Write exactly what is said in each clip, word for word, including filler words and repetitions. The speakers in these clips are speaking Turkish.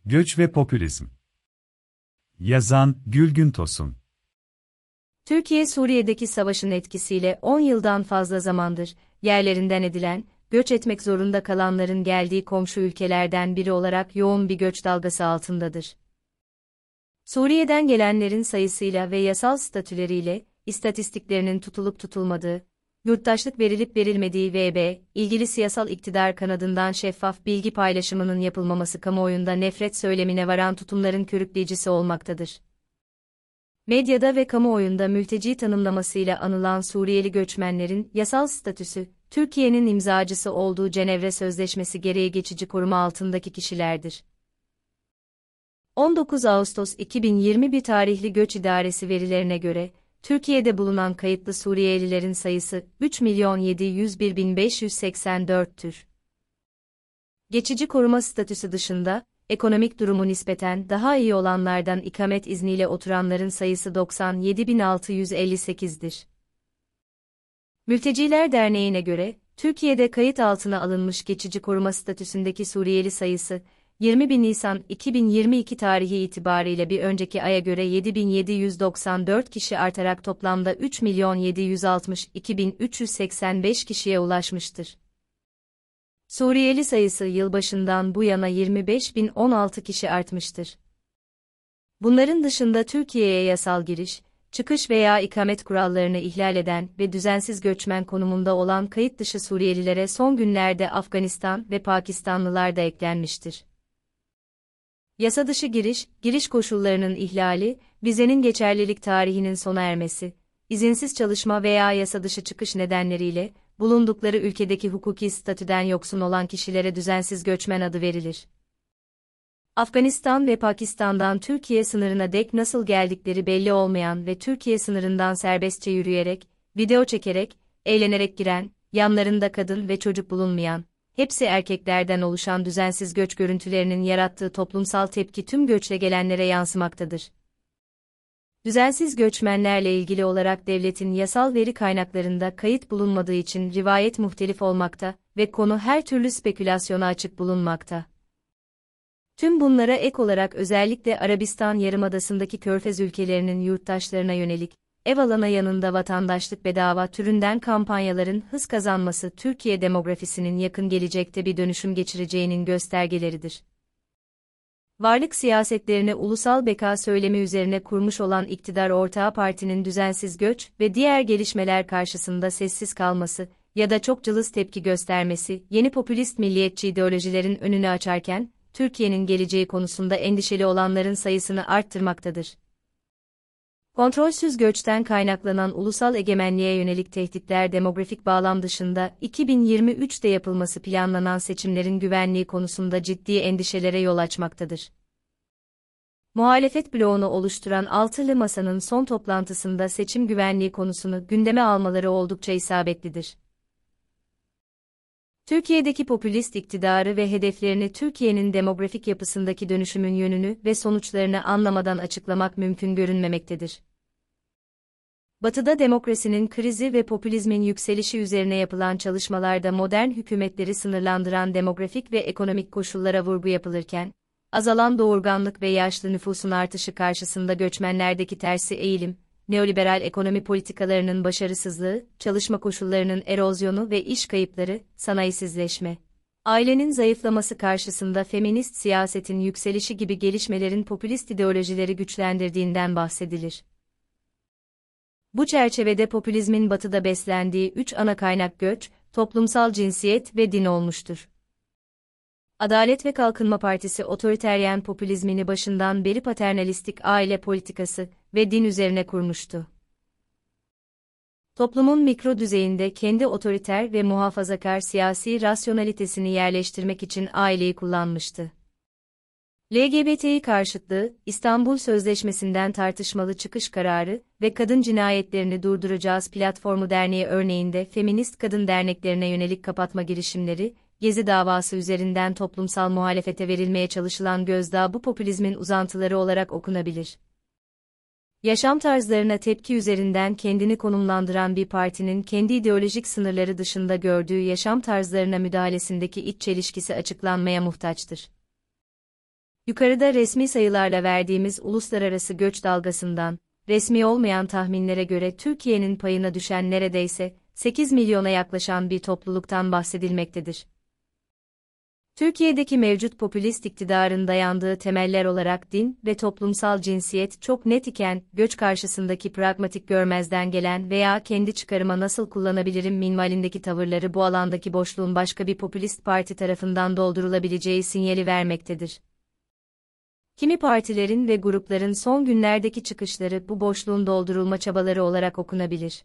Göç ve Popülizm. Yazan, Gülgün Tosun. Türkiye Suriye'deki savaşın etkisiyle on yıldan fazla zamandır, yerlerinden edilen, göç etmek zorunda kalanların geldiği komşu ülkelerden biri olarak yoğun bir göç dalgası altındadır. Suriye'den gelenlerin sayısıyla ve yasal statüleriyle, istatistiklerinin tutulup tutulmadığı, yurttaşlık verilip verilmediği ve ilgili siyasal iktidar kanadından şeffaf bilgi paylaşımının yapılmaması kamuoyunda nefret söylemine varan tutumların körükleyicisi olmaktadır. Medyada ve kamuoyunda mülteci tanımlamasıyla anılan Suriyeli göçmenlerin yasal statüsü, Türkiye'nin imzacısı olduğu Cenevre Sözleşmesi gereği geçici koruma altındaki kişilerdir. on dokuz Ağustos iki bin yirmi bir tarihli Göç İdaresi verilerine göre, Türkiye'de bulunan kayıtlı Suriyelilerin sayısı üç milyon yedi yüz bir bin beş yüz seksen dörttür. Geçici koruma statüsü dışında, ekonomik durumu nispeten daha iyi olanlardan ikamet izniyle oturanların sayısı doksan yedi bin altı yüz elli sekizdir. Mülteciler Derneği'ne göre, Türkiye'de kayıt altına alınmış geçici koruma statüsündeki Suriyeli sayısı, yirmi bir Nisan iki bin yirmi iki tarihi itibariyle bir önceki aya göre yedi bin yedi yüz doksan dört kişi artarak toplamda üç milyon yedi yüz altmış iki bin üç yüz seksen beş kişiye ulaşmıştır. Suriyeli sayısı yılbaşından bu yana yirmi beş bin on altı kişi artmıştır. Bunların dışında Türkiye'ye yasal giriş, çıkış veya ikamet kurallarını ihlal eden ve düzensiz göçmen konumunda olan kayıt dışı Suriyelilere son günlerde Afganistan ve Pakistanlılar da eklenmiştir. Yasa dışı giriş, giriş koşullarının ihlali, vizenin geçerlilik tarihinin sona ermesi, izinsiz çalışma veya yasa dışı çıkış nedenleriyle, bulundukları ülkedeki hukuki statüden yoksun olan kişilere düzensiz göçmen adı verilir. Afganistan ve Pakistan'dan Türkiye sınırına dek nasıl geldikleri belli olmayan ve Türkiye sınırından serbestçe yürüyerek, video çekerek, eğlenerek giren, yanlarında kadın ve çocuk bulunmayan, hepsi erkeklerden oluşan düzensiz göç görüntülerinin yarattığı toplumsal tepki tüm göçle gelenlere yansımaktadır. Düzensiz göçmenlerle ilgili olarak devletin yasal veri kaynaklarında kayıt bulunmadığı için rivayet muhtelif olmakta ve konu her türlü spekülasyona açık bulunmakta. Tüm bunlara ek olarak özellikle Arabistan Yarımadası'ndaki Körfez ülkelerinin yurttaşlarına yönelik, ev alana yanında vatandaşlık bedava türünden kampanyaların hız kazanması Türkiye demografisinin yakın gelecekte bir dönüşüm geçireceğinin göstergeleridir. Varlık siyasetlerini ulusal beka söylemi üzerine kurmuş olan iktidar ortağı partinin düzensiz göç ve diğer gelişmeler karşısında sessiz kalması ya da çok cılız tepki göstermesi, yeni popülist milliyetçi ideolojilerin önünü açarken, Türkiye'nin geleceği konusunda endişeli olanların sayısını arttırmaktadır. Kontrolsüz göçten kaynaklanan ulusal egemenliğe yönelik tehditler demografik bağlam dışında iki bin yirmi üçte yapılması planlanan seçimlerin güvenliği konusunda ciddi endişelere yol açmaktadır. Muhalefet bloğunu oluşturan Altılı Masa'nın son toplantısında seçim güvenliği konusunu gündeme almaları oldukça isabetlidir. Türkiye'deki popülist iktidarı ve hedeflerini Türkiye'nin demografik yapısındaki dönüşümün yönünü ve sonuçlarını anlamadan açıklamak mümkün görünmemektedir. Batı'da demokrasinin krizi ve popülizmin yükselişi üzerine yapılan çalışmalarda modern hükümetleri sınırlandıran demografik ve ekonomik koşullara vurgu yapılırken, azalan doğurganlık ve yaşlı nüfusun artışı karşısında göçmenlerdeki tersi eğilim, neoliberal ekonomi politikalarının başarısızlığı, çalışma koşullarının erozyonu ve iş kayıpları, sanayisizleşme, ailenin zayıflaması karşısında feminist siyasetin yükselişi gibi gelişmelerin popülist ideolojileri güçlendirdiğinden bahsedilir. Bu çerçevede popülizmin batıda beslendiği üç ana kaynak göç, toplumsal cinsiyet ve din olmuştur. Adalet ve Kalkınma Partisi otoriteryen popülizmini başından beri paternalistik aile politikası ve din üzerine kurmuştu. Toplumun mikro düzeyinde kendi otoriter ve muhafazakar siyasi rasyonalitesini yerleştirmek için aileyi kullanmıştı. L G B Tİ karşıtlığı, İstanbul Sözleşmesi'nden tartışmalı çıkış kararı ve Kadın Cinayetlerini Durduracağız Platformu Derneği örneğinde feminist kadın derneklerine yönelik kapatma girişimleri, Gezi davası üzerinden toplumsal muhalefete verilmeye çalışılan gözdağı bu popülizmin uzantıları olarak okunabilir. Yaşam tarzlarına tepki üzerinden kendini konumlandıran bir partinin kendi ideolojik sınırları dışında gördüğü yaşam tarzlarına müdahalesindeki iç çelişkisi açıklanmaya muhtaçtır. Yukarıda resmi sayılarla verdiğimiz uluslararası göç dalgasından, resmi olmayan tahminlere göre Türkiye'nin payına düşen neredeyse sekiz milyona yaklaşan bir topluluktan bahsedilmektedir. Türkiye'deki mevcut popülist iktidarın dayandığı temeller olarak din ve toplumsal cinsiyet çok net iken, göç karşısındaki pragmatik görmezden gelen veya kendi çıkarıma nasıl kullanabilirim minvalindeki tavırları bu alandaki boşluğun başka bir popülist parti tarafından doldurulabileceği sinyali vermektedir. Kimi partilerin ve grupların son günlerdeki çıkışları bu boşluğun doldurulma çabaları olarak okunabilir.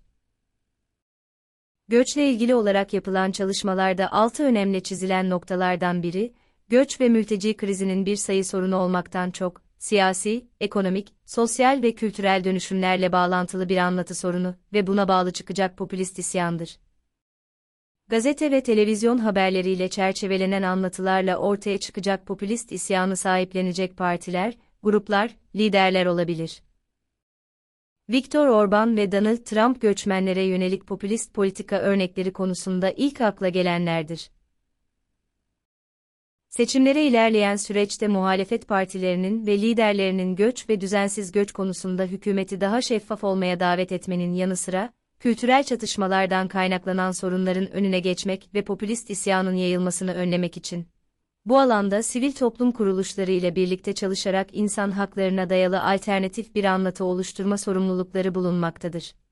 Göçle ilgili olarak yapılan çalışmalarda altı önemli çizilen noktalardan biri, göç ve mülteci krizinin bir sayı sorunu olmaktan çok, siyasi, ekonomik, sosyal ve kültürel dönüşümlerle bağlantılı bir anlatı sorunu ve buna bağlı çıkacak popülist isyandır. Gazete ve televizyon haberleriyle çerçevelenen anlatılarla ortaya çıkacak popülist isyanı sahiplenecek partiler, gruplar, liderler olabilir. Viktor Orban ve Donald Trump göçmenlere yönelik popülist politika örnekleri konusunda ilk akla gelenlerdir. Seçimlere ilerleyen süreçte muhalefet partilerinin ve liderlerinin göç ve düzensiz göç konusunda hükümeti daha şeffaf olmaya davet etmenin yanı sıra, kültürel çatışmalardan kaynaklanan sorunların önüne geçmek ve popülist isyanın yayılmasını önlemek için bu alanda sivil toplum kuruluşları ile birlikte çalışarak insan haklarına dayalı alternatif bir anlatı oluşturma sorumlulukları bulunmaktadır.